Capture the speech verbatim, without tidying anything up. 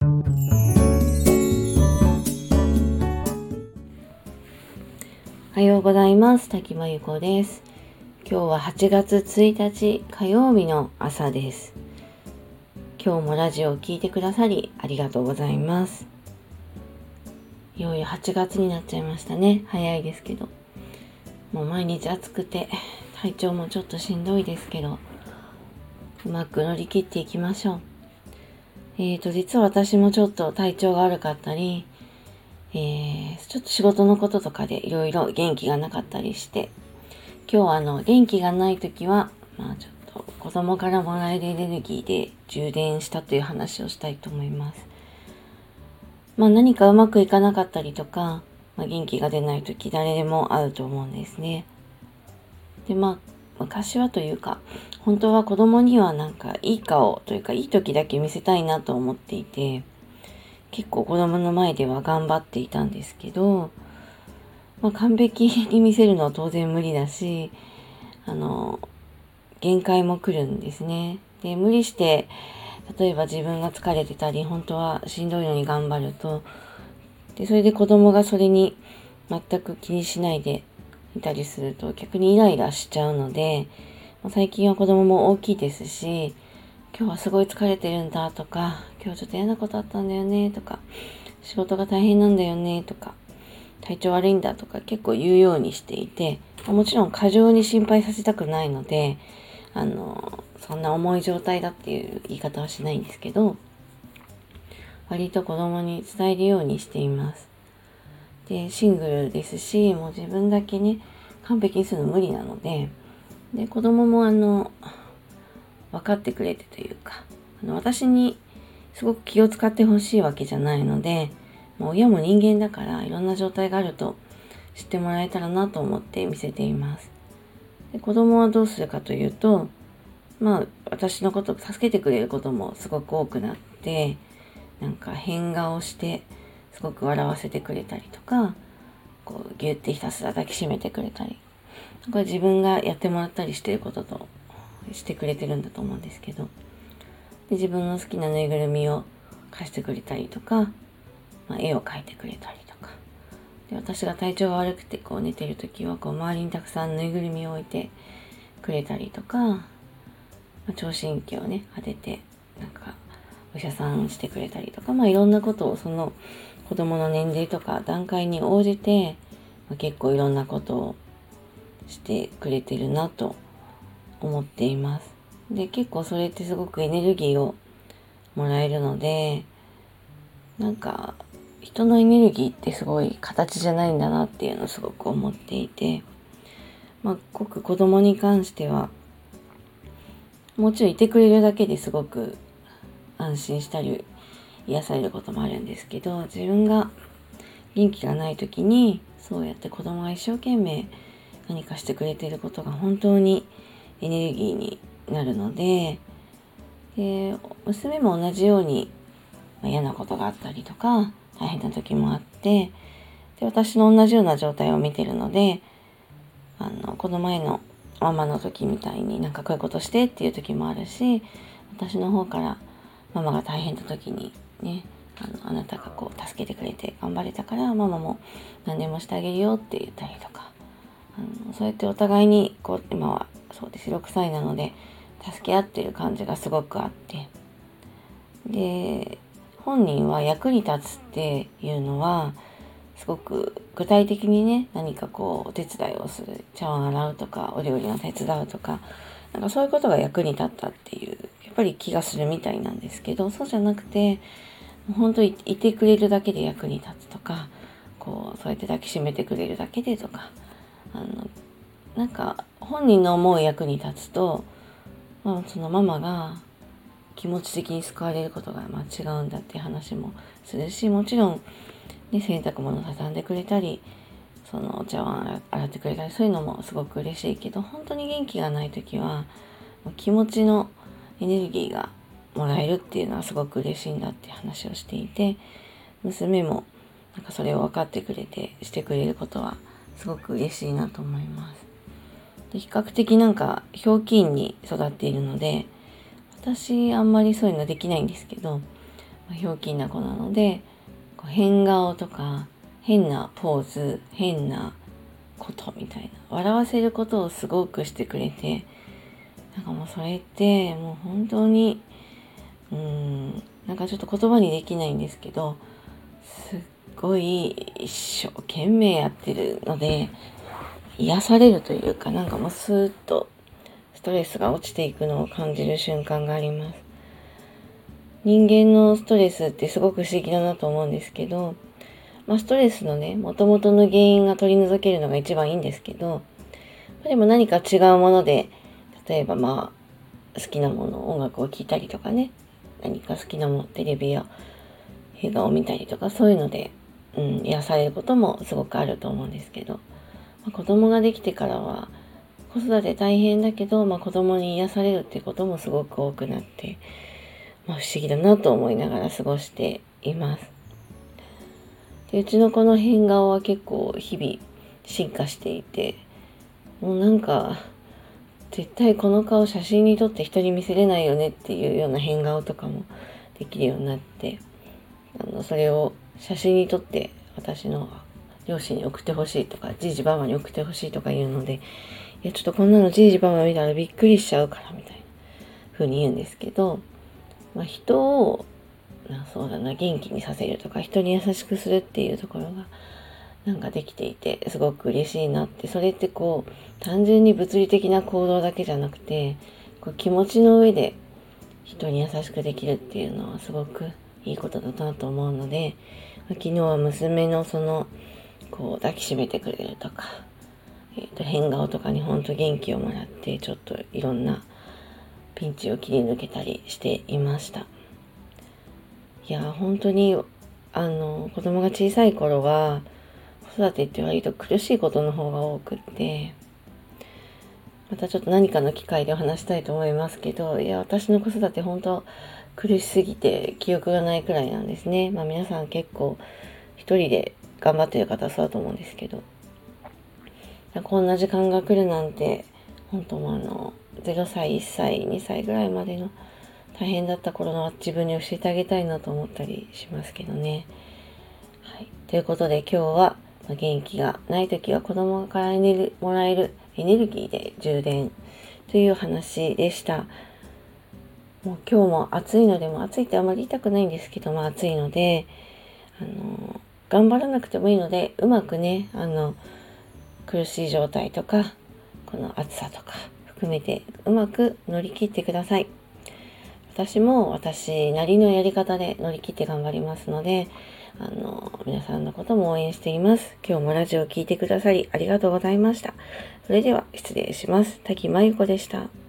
おはようございます。滝真由子です。今日ははちがつついたち火曜日の朝です。今日もラジオを聞いてくださりありがとうございます。いよいよはちがつになっちゃいましたね。早いですけど、もう毎日暑くて体調もちょっとしんどいですけど、うまく乗り切っていきましょう。えーと実は私もちょっと体調が悪かったり、えー、ちょっと仕事のこととかでいろいろ元気がなかったりして、今日はあの元気がないときは、まあちょっと子供からもらえるエネルギーで充電したという話をしたいと思います。まあ何かうまくいかなかったりとか、まあ、元気が出ないとき誰でもあると思うんですね。でまあ昔はというか、本当は子供にはなんかいい顔というかいい時だけ見せたいなと思っていて、結構子供の前では頑張っていたんですけど、まあ、完璧に見せるのは当然無理だし、あの限界も来るんですね。で無理して例えば自分が疲れてたり本当はしんどいのに頑張ると、でそれで子供がそれに全く気にしないでいたりすると逆にイライラしちゃうので、最近は子供も大きいですし、今日はすごい疲れてるんだとか、今日ちょっと嫌なことあったんだよねとか、仕事が大変なんだよねとか、体調悪いんだとか結構言うようにしていて、もちろん過剰に心配させたくないので、あのそんな重い状態だっていう言い方はしないんですけど、割と子供に伝えるようにしています。でシングルですし、もう自分だけね完璧にするの無理なので、で子供もあの分かってくれてというか、あの私にすごく気を使ってほしいわけじゃないので、もう親も人間だからいろんな状態があると知ってもらえたらなと思って見せています。で子供はどうするかというと、まあ私のことを助けてくれることもすごく多くなって、なんか変顔してすごく笑わせてくれたりとか、こうギュッてひたすら抱きしめてくれたり、これ自分がやってもらったりしていることとしてくれてるんだと思うんですけど、で自分の好きなぬいぐるみを貸してくれたりとか、まあ、絵を描いてくれたりとか、で私が体調が悪くてこう寝てる時はこう周りにたくさんぬいぐるみを置いてくれたりとか、まあ、聴診器をね当ててなんかお医者さんしてくれたりとか、まあいろんなことをその子供の年齢とか段階に応じて、まあ、結構いろんなことをしてくれてるなと思っています。で結構それってすごくエネルギーをもらえるので、なんか人のエネルギーってすごい形じゃないんだなっていうのをすごく思っていて、まあごく子供に関してはもちろんいてくれるだけですごく安心したり癒されることもあるんですけど、自分が元気がない時にそうやって子供が一生懸命何かしてくれていることが本当にエネルギーになるので、で娘も同じように、まあ、嫌なことがあったりとか大変な時もあって、で私の同じような状態を見てるので、あのこの前のママの時みたいになんかこういうことしてっていう時もあるし、私の方からママが大変な時にね、あのあなたがこう助けてくれて頑張れたからママも何でもしてあげるよって言ったりとか、あのそうやってお互いにこう今はそうですろくさいなので助け合ってる感じがすごくあって、で本人は役に立つっていうのはすごく具体的にね、何かこうお手伝いをする、茶碗洗うとかお料理の手伝うとか、なんかそういうことが役に立ったっていうやっぱり気がするみたいなんですけど、そうじゃなくて本当にいてくれるだけで役に立つとか、こうそうやって抱きしめてくれるだけでとか、あのなんか本人の思う役に立つと、まあ、そのママが気持ち的に救われることがまあ違うんだっていう話もするし、もちろん、ね、洗濯物を畳んでくれたり、そのお茶碗洗ってくれたり、そういうのもすごく嬉しいけど、本当に元気がない時は気持ちのエネルギーがもらえるっていうのはすごく嬉しいんだって話をしていて、娘もなんかそれを分かってくれてしてくれることはすごく嬉しいなと思います。で比較的なんかひょうきんに育っているので、私あんまりそういうのできないんですけど、 まあ、ひょうきんな子なので、こう変顔とか変なポーズ、変なことみたいな、笑わせることをすごくしてくれて、なんかもうそれってもう本当にうーんなんかちょっと言葉にできないんですけど、すっごい一生懸命やってるので癒されるというか、なんかもうスーッとストレスが落ちていくのを感じる瞬間があります。人間のストレスってすごく不思議だなと思うんですけど、まあ、ストレスのね元々の原因が取り除けるのが一番いいんですけど、でも何か違うもので、例えばまあ好きなもの音楽を聴いたりとかね、何か好きなものテレビや映画を見たりとか、そういうので、うん、癒されることもすごくあると思うんですけど、まあ、子供ができてからは子育て大変だけど、まあ、子供に癒されるっていうこともすごく多くなって、まあ、不思議だなと思いながら過ごしています。でうちの子の変顔は結構日々進化していて、もうなんか絶対この顔写真に撮って人に見せれないよねっていうような変顔とかもできるようになって、あのそれを写真に撮って私の両親に送ってほしいとか、じいじばばに送ってほしいとか言うので、いやちょっとこんなのじいじばば見たらびっくりしちゃうからみたいな風に言うんですけど、まあ、人をそうだな元気にさせるとか人に優しくするっていうところがなんかできていてすごく嬉しいなって。それってこう単純に物理的な行動だけじゃなくて、こう気持ちの上で人に優しくできるっていうのはすごくいいことだなと思うので、昨日は娘のそのこう抱きしめてくれるとか、えー、と変顔とかに本当元気をもらって、ちょっといろんなピンチを切り抜けたりしていました。いや本当にあの子供が小さい頃は子育てって割と苦しいことの方が多くって、またちょっと何かの機会でお話したいと思いますけど、いや私の子育て本当苦しすぎて記憶がないくらいなんですね。まあ皆さん結構一人で頑張ってる方はそうだと思うんですけど、こんな時間が来るなんて本当もあのぜろさい、いっさい、にさいぐらいまでの大変だった頃の自分に教えてあげたいなと思ったりしますけどね。はい、ということで今日は元気がない時は子供からエネルもらえるエネルギーで充電という話でした。もう今日も暑いので、も暑いってあまり言いたくないんですけど、まあ暑いのであの頑張らなくてもいいので、うまくねあの苦しい状態とかこの暑さとか含めてうまく乗り切ってください。私も私なりのやり方で乗り切って頑張りますので、あの皆さんのことも応援しています。今日もラジオを聞いてくださりありがとうございました。それでは失礼します。滝真由子でした。